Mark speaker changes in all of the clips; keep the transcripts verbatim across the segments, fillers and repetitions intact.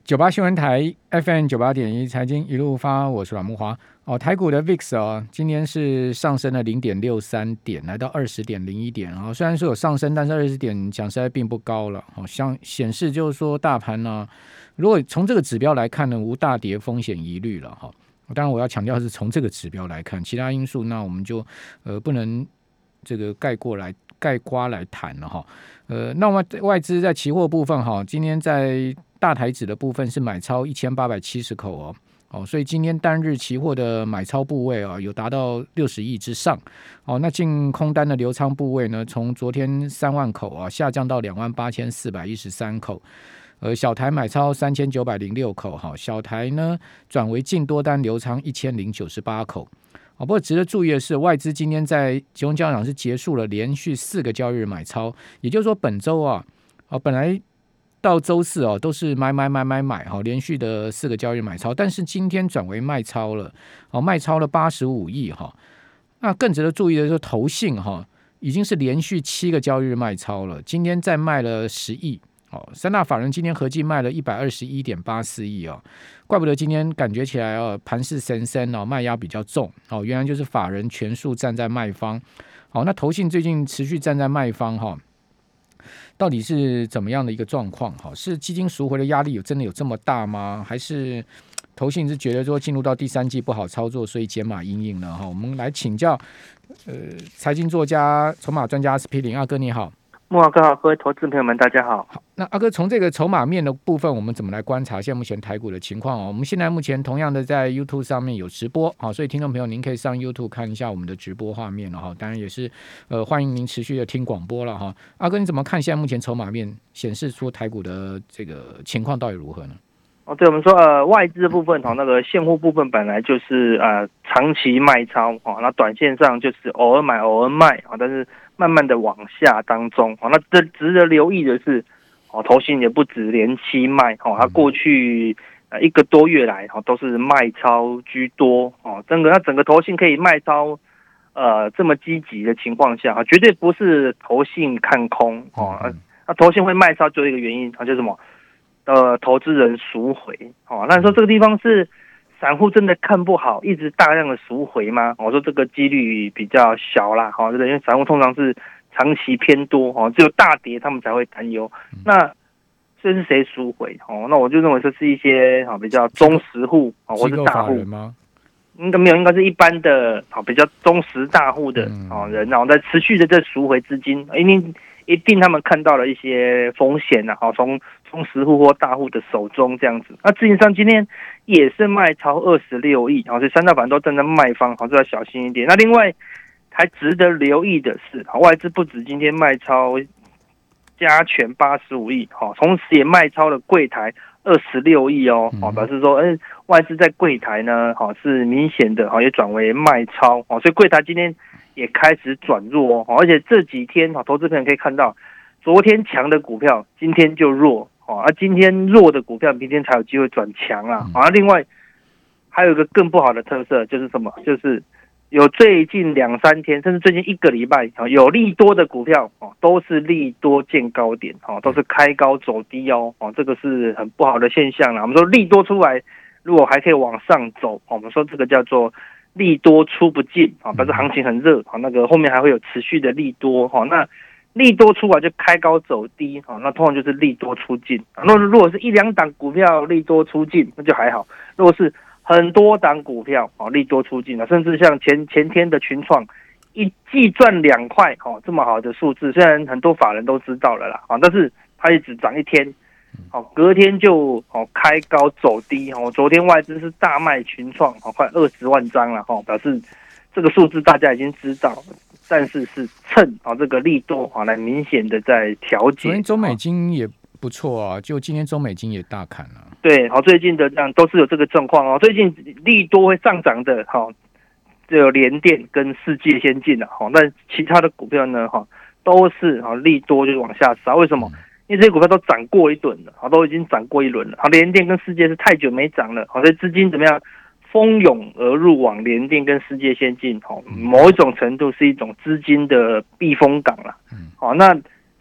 Speaker 1: 九八新闻台 F M 九八点一财经一路发，我是阮慕骅。哦，台股的 V I X 哦，今天是上升了零点六三点，来到二十点零一点啊、哦。虽然说有上升，但是二十点讲实在并不高了。哦，像显示就是说大盘呢，如果从这个指标来看呢，无大跌风险疑虑了哈、哦。当然我要强调是从这个指标来看，其他因素那我们就呃不能这个概括来概括来谈了哈。呃，那外外资在期货部分哈，今天在大台指的部分是买超一千八百七十口哦，哦，所以今天单日期货的买超部位啊，有达到六十亿之上，哦，那净空单的流仓部位呢，从昨天三万口啊下降到两万八千四百一十三口，呃，小台买超三千九百零六口，哈，小台呢转为净多单流仓一千零九十八口。哦，不过值得注意的是，外资今天在集中交易场是结束了连续四个交易日买超，也就是说本周啊，哦，本来到周四哦都是买买买买买哈、哦，连续的四个交易日买超，但是今天转为卖超了，哦，卖超了八十五亿哈。那更值得注意的是，投信哈、哦、已经是连续七个交易日卖超了，今天再卖了十亿。哦，三大法人今天合计卖了一百二十一点八四亿哦，怪不得今天感觉起来哦，盘势神神哦，卖压比较重哦，原来就是法人全数站在卖方。好、哦，那投信最近持续站在卖方哈、哦，到底是怎么样的一个状况？哈、哦，是基金赎回的压力有真的有这么大吗？还是投信是觉得说进入到第三季不好操作，所以减码因应呢？哈、哦，我们来请教呃财经作家、筹码专家 P 零阿哥，你好。
Speaker 2: 慕骅哥好，各位投资朋友们，大家好。
Speaker 1: 好，那阿哥从这个筹码面的部分，我们怎么来观察现在目前台股的情况哦？我们现在目前同样的在 YouTube 上面有直播，好，所以听众朋友您可以上 YouTube 看一下我们的直播画面了哈。当然也是呃欢迎您持续的听广播了哈。阿哥你怎么看现在目前筹码面显示出台股的这个情况到底如何呢？
Speaker 2: 哦，对，我们说呃外资部分哈、哦，那个现货部分本来就是呃长期卖超哦，那短线上就是偶尔买偶尔卖啊、哦，但是慢慢的往下当中哦，那这值得留意的是哦，投信也不止连七卖哦，它过去呃一个多月来哦都是卖超居多哦，整个它整个投信可以卖超呃这么积极的情况下啊，绝对不是投信看空哦，那、啊、投信会卖超就一个原因啊，就是什么？呃，投资人赎回，哦，那你说这个地方是散户真的看不好，一直大量的赎回吗？我说这个几率比较小啦，哦，因为散户通常是长期偏多，哦，只有大跌他们才会担忧。那这是谁赎回？哦，那我就认为这是一些啊比较忠实户啊，或是大户
Speaker 1: 吗？
Speaker 2: 应该没有，应该是一般的啊比较忠实大户的啊人，然后在持续的在赎回资金，一定一定他们看到了一些风险呐，好从。从实户或大户的手中这样子，那自营商今天也是卖超二十六亿，好，所以三大法人都站在卖方，好，这要小心一点。那另外还值得留意的是，外资不止今天卖超加权八十五亿，好，同时也卖超了柜台二十六亿哦，好，表示说，哎，外资在柜台呢，好是明显的，好也转为卖超，好，所以柜台今天也开始转弱哦，而且这几天，好，投资朋友可以看到，昨天强的股票今天就弱。哦，啊，今天弱的股票，明天才有机会转强啦。啊，另外还有一个更不好的特色就是什么？就是有最近两三天，甚至最近一个礼拜，啊，有利多的股票，哦，都是利多见高点，哦，都是开高走低哦，哦，这个是很不好的现象啦。我们说利多出来，如果还可以往上走，我们说这个叫做利多出不进，啊，表示行情很热，啊，那个后面还会有持续的利多，哈，那。利多出来就开高走低，那通常就是利多出尽。那如果是一两档股票利多出尽，那就还好；如果是很多档股票利多出尽，甚至像前前天的群创，一季赚两块，这么好的数字，虽然很多法人都知道了啦，但是它也只涨一天，隔天就开高走低。昨天外资是大卖群创，快二十万张了，表示这个数字大家已经知道。但是是趁啊这个利多啊来明显的在调节。
Speaker 1: 昨天中美金也不错啊，就今天中美金也大砍了、啊。
Speaker 2: 对，好，最近的这样都是有这个状况哦。最近利多会上涨的，哈，只有联电跟世界先进了，哈，但其他的股票呢，哈，都是啊利多就往下杀。为什么？因为这些股票都涨过一轮了，好，都已经涨过一轮了。好，联电跟世界是太久没涨了，好，所以资金怎么样？蜂拥而入往联电跟世界先进，某一种程度是一种资金的避风港啦。好，那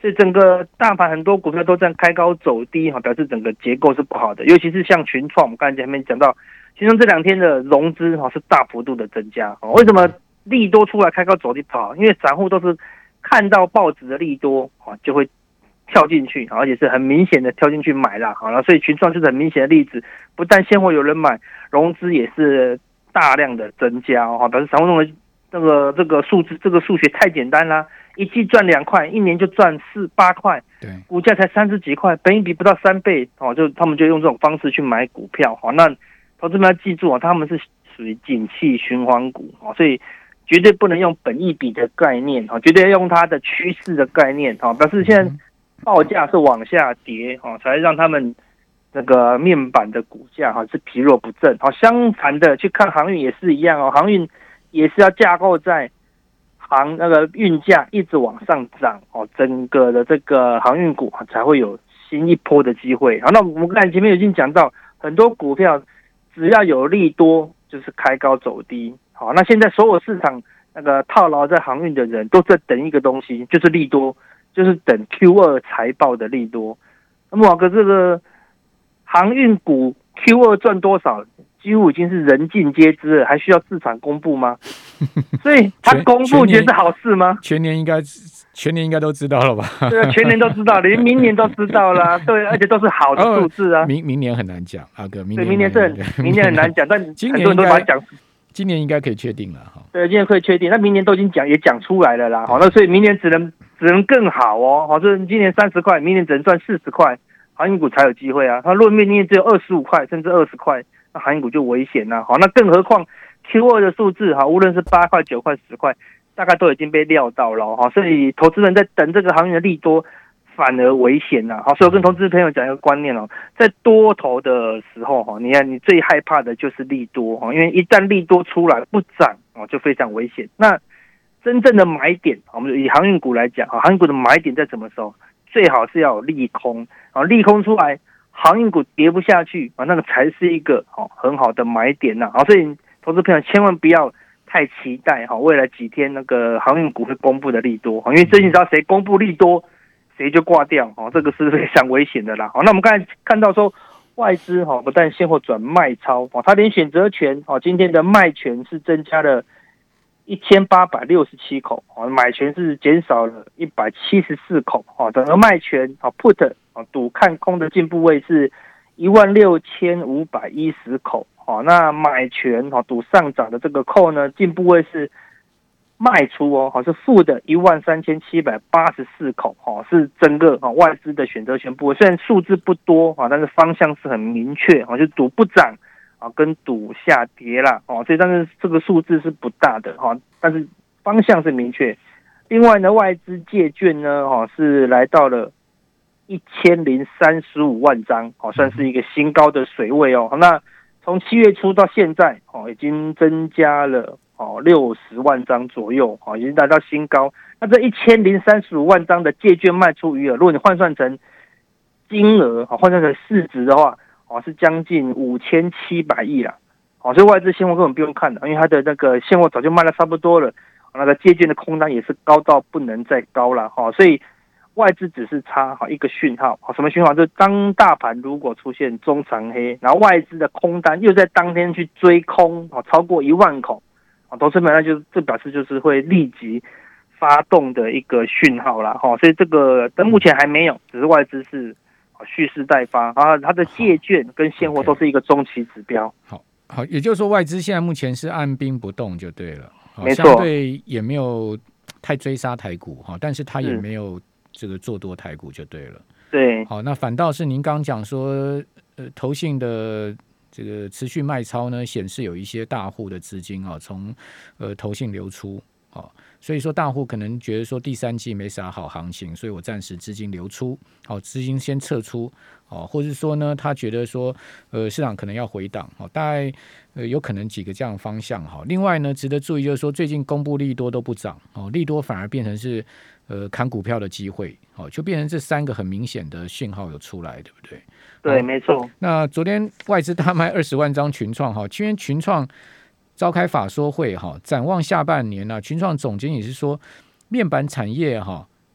Speaker 2: 所以整个大盘很多股票都这样开高走低，表示整个结构是不好的。尤其是像群创，我们刚才前面讲到，群创这两天的融资是大幅度的增加。为什么利多出来开高走低不好？因为散户都是看到报纸的利多就会跳进去，而且是很明显的跳进去买啦。所以群创就是很明显的例子，不但现货有人买，融资也是大量的增加，表示散户认为这个这个数字这个数学太简单啦。一季赚两块，一年就赚四八块，
Speaker 1: 对，
Speaker 2: 股价才三十几块，本益比不到三倍，哦，就他们就用这种方式去买股票，哦，那投资们要记住，哦，他们是属于景气循环股，哦，所以绝对不能用本益比的概念，哦，绝对要用它的趋势的概念，哦，表示现在报价是往下跌，哦，才让他们那个面板的股价哈是疲弱不振，哦，相反的去看航运也是一样哦，航运也是要架构在。航那个运价一直往上涨哦，整个的这个航运股才会有新一波的机会。好，那我们刚才前面已经讲到，很多股票只要有利多就是开高走低。好，那现在所有市场那个套牢在航运的人都在等一个东西，就是利多，就是等 Q 二 财报的利多。那么可这个航运股 Q 二 赚多少？几乎已经是人尽皆知了，还需要市场公布吗？所以他公布觉得是好事吗？
Speaker 1: 全年应该全年应该都知道了吧？
Speaker 2: 对啊，全年都知道，连明年都知道啦。对，而且都是好的数字啊。
Speaker 1: 哦、明明年很难讲，阿哥，明年
Speaker 2: 对明年是很明年很难讲，但
Speaker 1: 很
Speaker 2: 多人都把它讲。
Speaker 1: 今年应该可以确定了哈。
Speaker 2: 对，今年可以确定，那明年都已经讲也讲出来了啦。好，那所以明年只能只能更好哦。好，就是今年三十块，明年只能赚四十块，航运股才有机会啊。它如果明年只有二十五块，甚至二十块。那航运股就危险了，好，那更何况 Q 二 的数字哈，无论是八块、九块、十块，大概都已经被料到了哈，所以投资人在等这个航运的利多，反而危险了。好，所以我跟投资朋友讲一个观念哦，在多头的时候哈，你看你最害怕的就是利多哈，因为一旦利多出来不涨哦，就非常危险。那真正的买点，我们以航运股来讲，航运股的买点在什么时候？最好是要有利空啊，利空出来。航运股跌不下去啊，那个才是一个哦很好的买点呐、啊，所以投资朋友千万不要太期待哈，未来几天那个航运股会公布的利多，因为最近只要谁公布利多，谁就挂掉哦，这个是非常危险的啦。好，那我们刚才看到说外资哈不但现货转卖超哦，它连选择权哦今天的卖权是增加了一千八百六十七口哦，买权是减少了一百七十四口哦，整个卖权哦 put。赌看空的进步位是一万六千五百一十口，那买权赌上涨的这个扣呢，进步位是卖出哦，是负的一万三千七百八十四口，是整个外资的选择权部位。虽然数字不多，但是方向是很明确，就赌不涨跟赌下跌啦，所以但是这个数字是不大的，但是方向是明确。另外呢，外资借券呢是来到了一千零三十五万张，哦，算是一个新高的水位哦。那从七月初到现在，哦，已经增加了哦六十万张左右，哦，已经达到新高。那这一千零三十五万张的借券卖出余额，如果你换算成金额，换算成市值的话，哦，是将近五千七百亿啦。哦，所以外资现货根本不用看的，因为它的那个现货早就卖得差不多了，那个借券的空单也是高到不能再高了，哈，所以。外资只是差一个讯号，什么讯号？就是当大盘如果出现中长黑，然后外资的空单又在当天去追空，超过一万口，投资者那就这表示就是会立即发动的一个讯号啦，所以这个但目前还没有，只是外资是蓄势待发啊，它的借券跟现货都是一个中期指标。
Speaker 1: 好，好，也就是说外资现在目前是按兵不动就对了，
Speaker 2: 没错，
Speaker 1: 相对也没有太追杀台股，但是它也没有。这个做多台股就对了，
Speaker 2: 对，
Speaker 1: 好，那反倒是您刚讲说，呃，投信的这个持续卖超呢，显示有一些大户的资金啊，从呃投信流出，啊，所以说大户可能觉得说第三季没啥好行情，所以我暂时资金流出，好，资金先撤出，哦，或者说呢，他觉得说，呃，市场可能要回档，哦，大概呃有可能几个这样的方向，哈。另外呢，值得注意就是说，最近公布利多都不涨，哦，利多反而变成是。呃，砍股票的机会，哦，就变成这三个很明显的讯号有出来，对不对？
Speaker 2: 对，没错。
Speaker 1: 那昨天外资大卖二十万张群创，哈，今天群创召开法说会，哈，展望下半年呢、啊，群创总经理是说，面板产业哈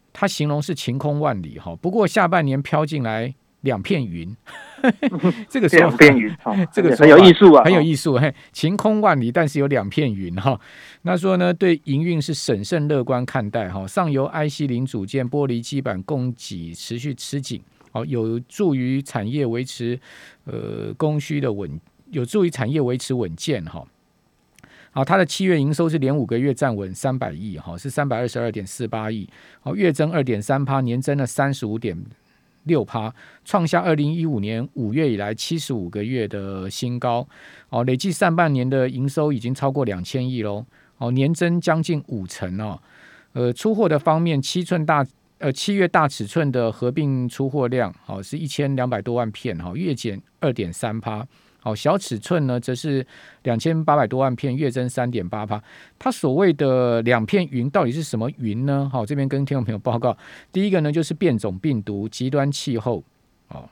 Speaker 1: 他形容是晴空万里哈，不过下半年飘进来两片云，这个说法
Speaker 2: 两片云，哦、
Speaker 1: 这个
Speaker 2: 很有艺术啊，
Speaker 1: 很有艺术。嘿，晴空万里，但是有两片云哈。那说呢，对营运是审慎乐观看待哈。上游 I C 零组件、玻璃基板供给持续吃紧，好，有助于产业维持呃供需的稳，有助于产业维持稳健哈。好，它的七月营收是连五个月站稳三百亿，哈，是三百二十二点四八亿，好，月增二点三趴，年增了三十五点六趴，创下二零一五年五月以来七十五个月的新高，哦，累计上半年的营收已经超过两千亿喽，哦，年增将近五成哦，呃，出货的方面，七寸大。呃，七月大尺寸的合并出货量，好、哦、是一千两百多万片，哈、哦，月减二点三趴。好，小尺寸呢，则是两千八百多万片，月增三点八趴。它所谓的两片云到底是什么云呢？好，这边跟听众朋友报告，第一个呢就是变种病毒、极端气候，哦，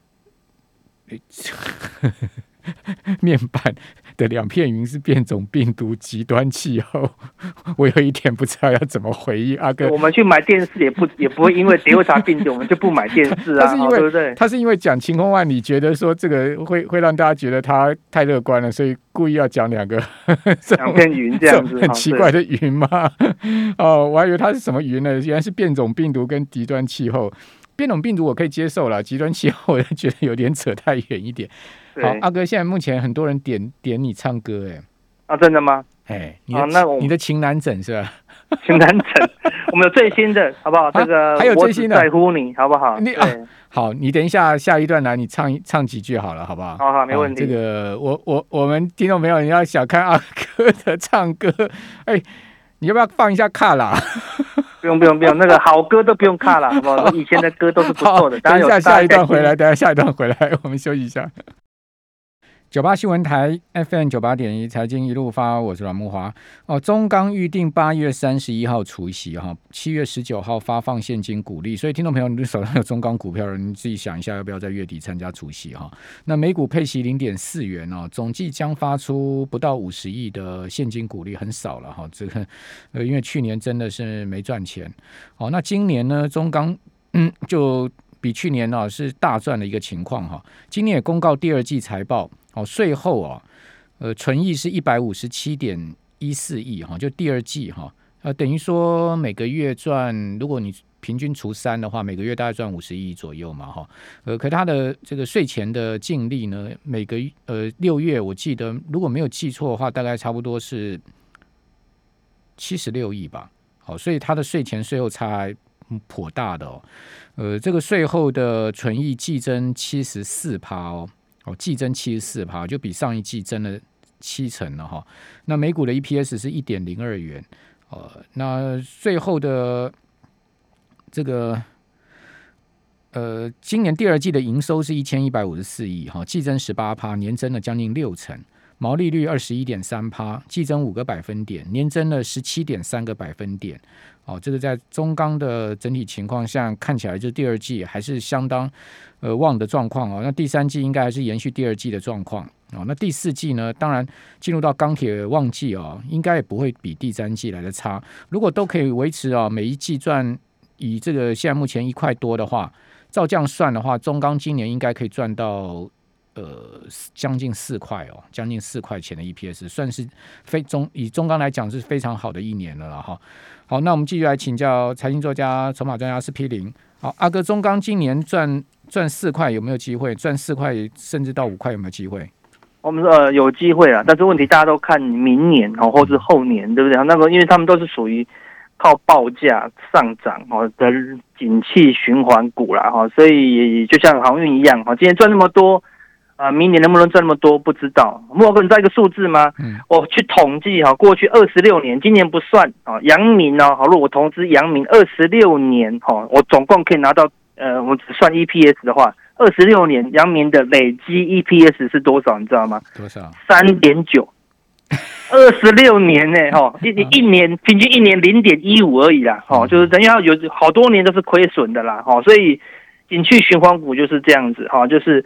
Speaker 1: 面板的两片云是变种病毒、极端气候，我有一点不知道要怎么回应阿哥。
Speaker 2: 我们去买电视也不也不会因为德尔塔病毒我们就不买电视啊，
Speaker 1: 他是因为
Speaker 2: 对不对？
Speaker 1: 他是因为讲晴空万里，觉得说这个会会让大家觉得他太乐观了，所以故意要讲两个
Speaker 2: 两片云这样子，
Speaker 1: 很奇怪的云嘛。哦，我还以为它是什么云呢？原来是变种病毒跟极端气候。变种病毒我可以接受了，极端气候我觉得有点扯太远一点。好，阿哥，现在目前很多人点点你唱歌，哎，
Speaker 2: 啊，真的吗？
Speaker 1: 哎，你的、啊、那你的情难枕是吧？
Speaker 2: 情难枕，我们有最新的，好不好？啊、这个
Speaker 1: 还有最新的，
Speaker 2: 我只在乎你，好不好？
Speaker 1: 你啊，好，你等一下下一段来，你唱唱几句好了，好不好？
Speaker 2: 好好，没问题。
Speaker 1: 这个我我我们听众朋友，你要想看阿哥的唱歌，哎，你要不要放一下卡啦？
Speaker 2: 不用不用不用，那个好歌都不用看了，好不好？以前的歌都是不错的。
Speaker 1: 等一下下一段回来，等一下下一段回来，我们休息一下。九八新闻台 F M 九八点一财经一路发，我是阮慕骅。哦，中钢预定八月三十一号除息哈，七月十九号发放现金股利，所以听众朋友，你手上有中钢股票的，你自己想一下，要不要在月底参加除息哈？那每股配息零点四元哦，总计将发出不到五十亿的现金股利，很少了哈。这个呃，因为去年真的是没赚钱。哦，那今年呢，中钢嗯就比去年呢、哦、是大赚的一个情况哈。今年也公告第二季财报。哦，税后啊，呃，纯益是一百五十七点一四亿哈，就第二季哈，呃，等于说每个月赚，如果你平均除三的话，每个月大概赚五十亿左右嘛哈，呃，可它的这个税前的净利呢，每个呃六月我记得如果没有记错的话，大概差不多是七十六亿吧，好，所以它的税前税后差还颇大的哦，呃，这个税后的纯益季增七十四趴哦。哦，季增七十四趴，就比上一季增了七成了哈。那每股的 E P S 是一点零二元，呃，那最后的这个呃，今年第二季的营收是一千一百五十四亿哈，季增十八趴，年增了将近六成，毛利率二十一点三趴，季增五个百分点，年增了十七点三个百分点。哦，这个在中钢的整体情况下看起来，就第二季还是相当呃旺的状况哦。那第三季应该还是延续第二季的状况哦。那第四季呢，当然进入到钢铁旺季哦，应该也不会比第三季来的差。如果都可以维持哦，每一季赚以这个现在目前一块多的话，照这样算的话，中钢今年应该可以赚到呃将近四块哦，将近四块钱的 E P S， 算是非中以中钢来讲是非常好的一年了啦哈。好，那我们继续来请教财经作家、筹码专家施丕林。好，阿哥，中钢今年赚赚四块有没有机会？赚四块甚至到五块有没有机会？
Speaker 2: 我们说呃有机会啊，但是问题大家都看明年哦，或是后年，对不对？那个因为他们都是属于靠报价上涨哦的景气循环股啦哈，所以就像航运一样哈，今年赚那么多。啊，明年能不能赚那么多不知道。莫哥，你知道一个数字吗？嗯，我去统计哈，过去二十六年，今年不算啊。阳明呢，好，如果我投资阳明二十六年，哈，我总共可以拿到呃，我只算 E P S 的话，二十六年阳明的累积 E P S 是多少？你知道吗？
Speaker 1: 多少？
Speaker 2: 三点九。二十六年呢，哈，一一年平均一年零点一五而已啦，哈，就是等于要有好多年都是亏损的啦，哈，所以景气循环股就是这样子，哈，就是。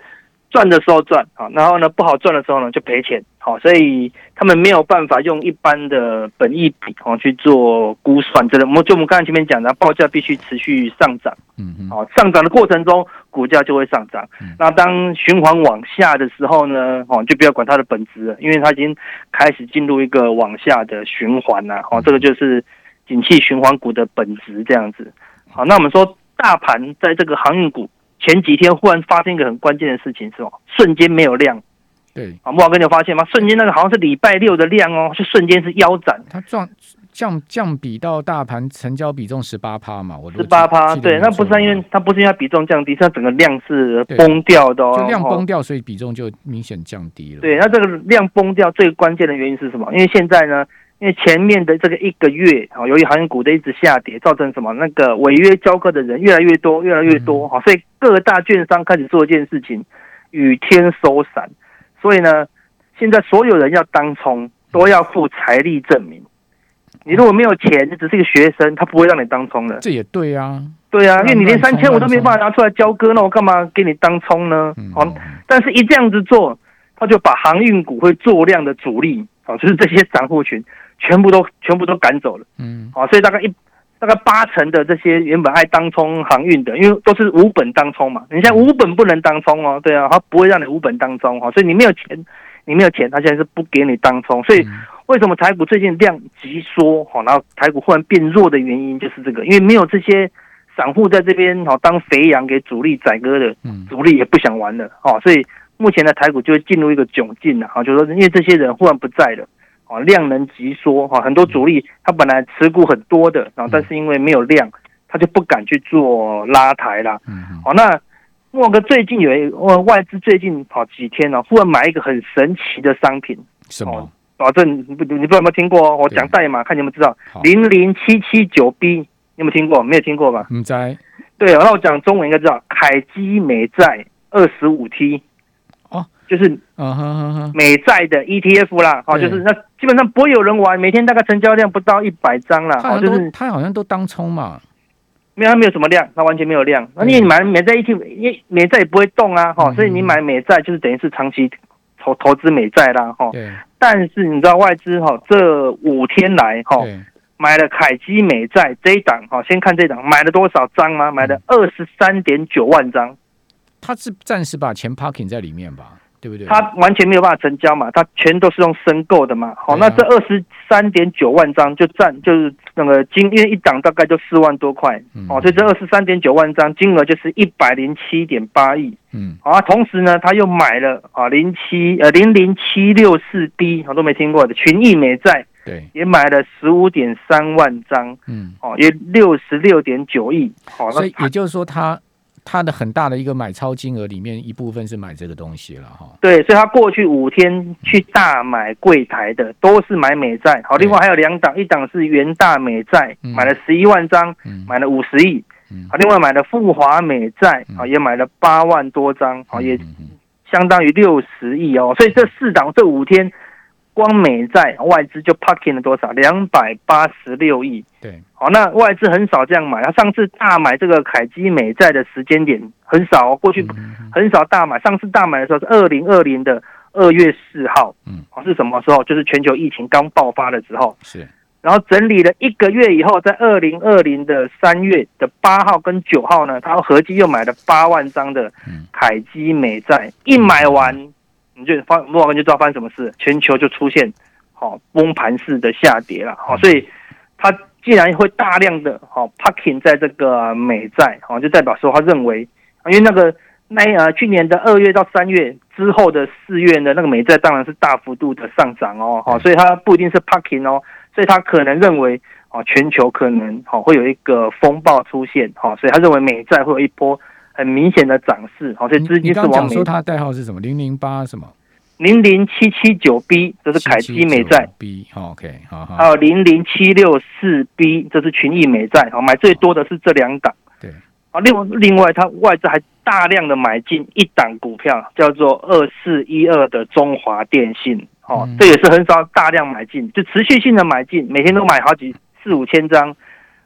Speaker 2: 赚的时候赚啊，然后呢不好赚的时候呢就赔钱，好，所以他们没有办法用一般的本益比哦去做估算，这个我们就我们刚才前面讲的，报价必须持续上涨，嗯嗯，好，上涨的过程中股价就会上涨，嗯，那当循环往下的时候呢，哦就不要管它的本质了，因为它已经开始进入一个往下的循环了，哦，这个就是景气循环股的本质这样子。好，那我们说大盘在这个航运股前几天忽然发生一个很关键的事情是什么？瞬间没有量。
Speaker 1: 对，
Speaker 2: 啊，木华哥你有发现吗？瞬间那个好像是礼拜六的量哦，就瞬间是腰斩。
Speaker 1: 它降降降比到大盘成交比重十八趴嘛，我
Speaker 2: 十八趴，对，那不是因为它不是因为它比重降低，是它整个量是崩掉的哦，
Speaker 1: 就量崩掉，所以比重就明显降低了。
Speaker 2: 对，那这个量崩掉最关键的原因是什么？因为现在呢。因为前面的这个一个月，由于航运股的一直下跌，造成什么？那个违约交割的人越来越多，越来越多，好，所以各大券商开始做一件事情，雨天收伞。所以呢，现在所有人要当冲，都要附财力证明。你如果没有钱，你只是一个学生，他不会让你当冲的。
Speaker 1: 这也对啊，
Speaker 2: 对啊，因为你连三千五都没办法拿出来交割，那我干嘛给你当冲呢？好，但是一这样子做，他就把航运股会做量的主力，好，就是这些散户群。全部都全部都赶走了，嗯，好，所以大概一大概八成的这些原本爱当冲航运的，因为都是无本当冲嘛，你现在无本不能当冲哦，对啊，他不会让你无本当冲哦，所以你没有钱，你没有钱，他现在是不给你当冲，所以为什么台股最近量急缩，好，然后台股忽然变弱的原因就是这个，因为没有这些散户在这边好当肥羊给主力宰割的，主力也不想玩了，哦，所以目前的台股就会进入一个窘境了，啊，就是说因为这些人忽然不在了。量能急缩，很多主力他本来持股很多的，但是因为没有量，他就不敢去做拉抬啦。好，那莫哥最近有一外资最近好几天呢，忽然买一个很神奇的商品，
Speaker 1: 什么？
Speaker 2: 保证你不你不知道有没有听过？我讲代码，看你有没有知道。零零七七九 B， 你有没有听过？没有听过吧？
Speaker 1: 唔知。
Speaker 2: 对，那我讲中文应该知道，凯基美债二十五 T。就是美债的 E T F 啦，好，就是那基本上不会有人玩，每天大概成交量不到一百张啦，
Speaker 1: 好，就是它好像都当冲嘛，
Speaker 2: 没有，它没有什么量，它完全没有量。那你买美债 E T F， 因为美债也不会动啊，哈，所以你买美债就是等于是长期投投资美债啦，哈。但是你知道外资哈这五天来哈买了凯基美债这一档哈，先看这一档买了多少张吗？买了二十三点九万张。
Speaker 1: 它是暂时把钱 parking 在里面吧？对不对？
Speaker 2: 它完全没有办法成交嘛，它全都是用申购的嘛。好，那这二十三点九万张就占就是那个金，因为一档大概就四万多块，哦，所以这二十三点九万张金额就是一百零七点八亿。嗯，好，同时呢，他又买了啊零七呃零零七六四 B， 我都没听过的群益美债，对，也买了十五点三万张，嗯，哦，也六十六点九亿。好，
Speaker 1: 所以也就是说他。他的很大的一个买超金额里面一部分是买这个东西了哈。
Speaker 2: 对，所以他过去五天去大买柜台的都是买美债。好，另外还有两档，一档是元大美债，嗯、买了十一万张，嗯、买了五十亿。嗯、好，另外买了富华美债，好、嗯、也买了八万多张，好也相当于六十亿哦。所以这四档这五天。光美债外资就 parking 了多少？两百八十六亿。对，好，那外资很少这样买。他上次大买这个凯基美债的时间点很少，过去很少大买。上次大买的时候是二零二零的二月四号，嗯，是什么时候？就是全球疫情刚爆发的时候。是，然后整理了一个月以后，在二零二零的三月的八号跟九号呢，他合计又买了八万张的凯基美债，一买完。你就发莫完就知道发生什么事，全球就出现好、哦、崩盘式的下跌了，好、哦，所以他既然会大量的好、哦、parking 在这个美债，好、哦、就代表说他认为，因为那个那呃去年的二月到三月之后的四月呢，那个美债当然是大幅度的上涨哦，好、哦，所以他不一定是 parking 哦，所以他可能认为哦全球可能好、哦、会有一个风暴出现，好、哦，所以他认为美债会有一波。很明显的涨势，好，所以资金是往美。你刚
Speaker 1: 讲说它的代号是什么？零零八什么？
Speaker 2: 零零七七九 B， 这是凯基美债。
Speaker 1: B， OK， 好好。
Speaker 2: 还有零零七六四 B， 这是群益美债，好，买最多的是这两档。对，啊，另外另外，它外资还大量的买进一档股票，叫做二四一二的中华电信，哦，嗯、这也是很少大量买进，就持续性的买进，每天都买好几四五千张。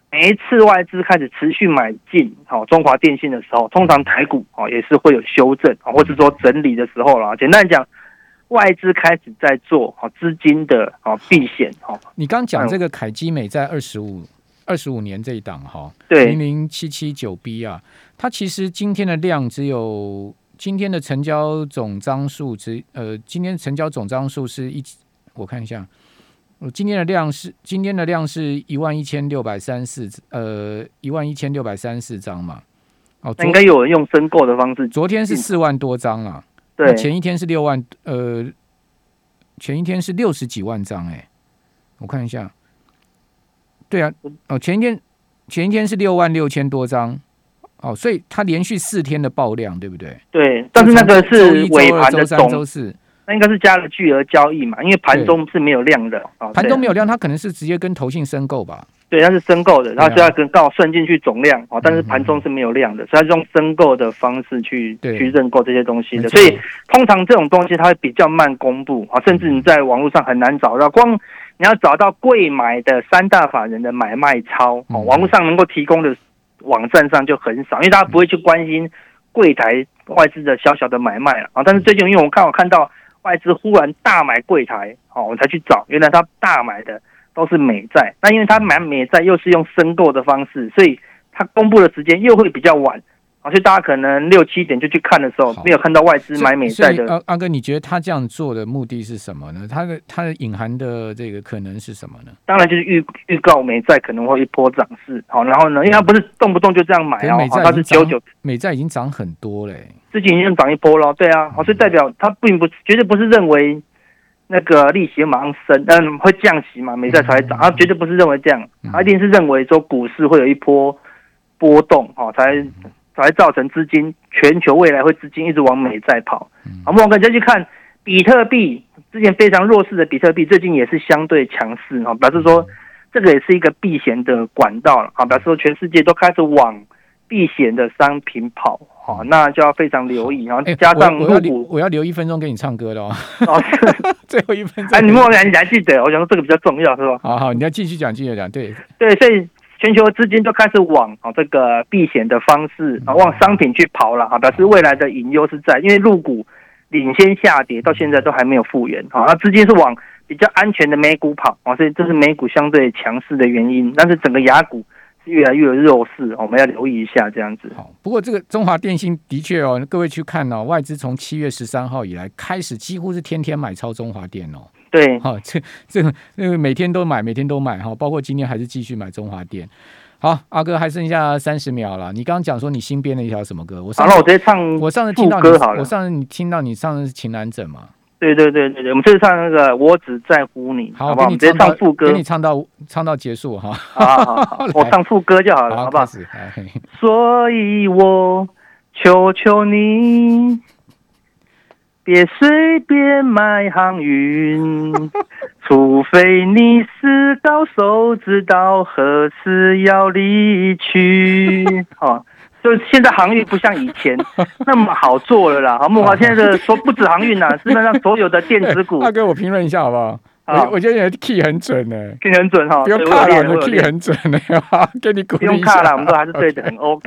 Speaker 2: 每一次外资开始持续买进好、哦、中华电信的时候，通常台股哦也是会有修正、哦、或是说整理的时候啦。简单来讲，外资开始在做好、哦、资金的哦避险哦。
Speaker 1: 你刚讲这个凯基美在二十五二十五年这一档哈，
Speaker 2: 对
Speaker 1: 零零七七九 B 啊，它其实今天的量只有今天的成交总张数只呃，今天成交总张数是一，我看一下。今天的量是今天的量是一万一千六百三十四，呃，一万一千六百三十四张嘛。哦，
Speaker 2: 应该有人用申购的方式。
Speaker 1: 昨天是四万多张啊，
Speaker 2: 对，
Speaker 1: 前一天是六万，呃，前一天是六十几万张、欸，哎，我看一下，对啊，哦，前一天前一天是六万六千多张，哦，所以它连续四天的爆量，对不对？
Speaker 2: 对，但是那个是尾盘的
Speaker 1: 周三、周四。
Speaker 2: 那应该是加了巨额交易嘛，因为盘中是没有量的，
Speaker 1: 盘、哦、中没有量，它可能是直接跟投信申购吧？
Speaker 2: 对，它是申购的，它就要跟刚好算进去总量、哦、但是盘中是没有量的，嗯、所以它是用申购的方式去去认购这些东西的，所以通常这种东西它会比较慢公布、哦、甚至你在网络上很难找到，光你要找到柜买的三大法人的买卖超，哦、网络上能够提供的网站上就很少，因为大家不会去关心柜台外资的小小的买卖了、哦、但是最近因为我刚好看到。外资忽然大买柜台，哦，我才去找，原来他大买的都是美债。那因为他买美债又是用申购的方式，所以他公布的时间又会比较晚，所以大家可能六七点就去看的时候，没有看到外资买美债的。
Speaker 1: 阿阿哥，你觉得他这样做的目的是什么呢？他的他的隐含的这个可能是什么呢？
Speaker 2: 当然就是预预告美债可能会一波涨势，好，然后呢，因为他不是动不动就这样买哦，他是九九，
Speaker 1: 美债已经涨很多嘞、欸。
Speaker 2: 之前已经涨一波了，对啊，所以代表他并不绝对不是认为那个利息马上升，嗯，会降息嘛，美债才会涨，他绝对不是认为这样，他一定是认为说股市会有一波波动，哈，才才造成资金全球未来会资金一直往美债跑。好，我们再去看比特币，之前非常弱势的比特币，最近也是相对强势，哈，表示说这个也是一个避险的管道了，啊，表示说全世界都开始往避险的商品跑。好，那就要非常留意，然后加上入股、
Speaker 1: 欸，我要留一分钟给你唱歌的哦。哦，最后一分钟。
Speaker 2: 哎，你莫言，你还记得？我想说这个比较重要，是吧？
Speaker 1: 好好，你要继续讲，继续讲。对
Speaker 2: 对，所以全球资金就开始往哦这个避险的方式啊，往商品去跑了啊，表示未来的隐忧是在，因为入股领先下跌，到现在都还没有复原啊，那资金是往比较安全的美股跑啊，所以这是美股相对强势的原因，但是整个亚股。越来越弱势，我们要留意一下这样子。
Speaker 1: 好，不过这个中华电信的确哦，各位去看哦，外资从七月十三号以来开始几乎是天天买超中华电哦。
Speaker 2: 对，
Speaker 1: 好、哦，这这个那个每天都买，每天都买哈、哦，包括今天还是继续买中华电。好，阿哥还剩下三十秒了，你刚刚讲说你新编了一条什么歌？我上
Speaker 2: 好了，我直接唱。
Speaker 1: 我上次听到你，我上次你听到你唱的是情难枕嘛？
Speaker 2: 对对对对对，我们这次唱那个我只在乎你，
Speaker 1: 好，
Speaker 2: 好不好？直接唱副歌，
Speaker 1: 给你唱到唱到结束哈。
Speaker 2: 好好好，我唱副歌就好了，好不好？所以我求求你，别随便买航运，除非你是高手，知道何时要离去。好。就是现在航运不像以前那么好做了啦，好，木华现在的说不止航运啦，基本上所有的电子股。
Speaker 1: 大哥，我评论一下好不好？我我觉得你的 key 很准呢、欸、
Speaker 2: ，key 很准哈，
Speaker 1: 不用怕啦，你的 key 很准呢、欸，给你鼓励一下。
Speaker 2: 不用怕啦，我们都还是对的很 OK。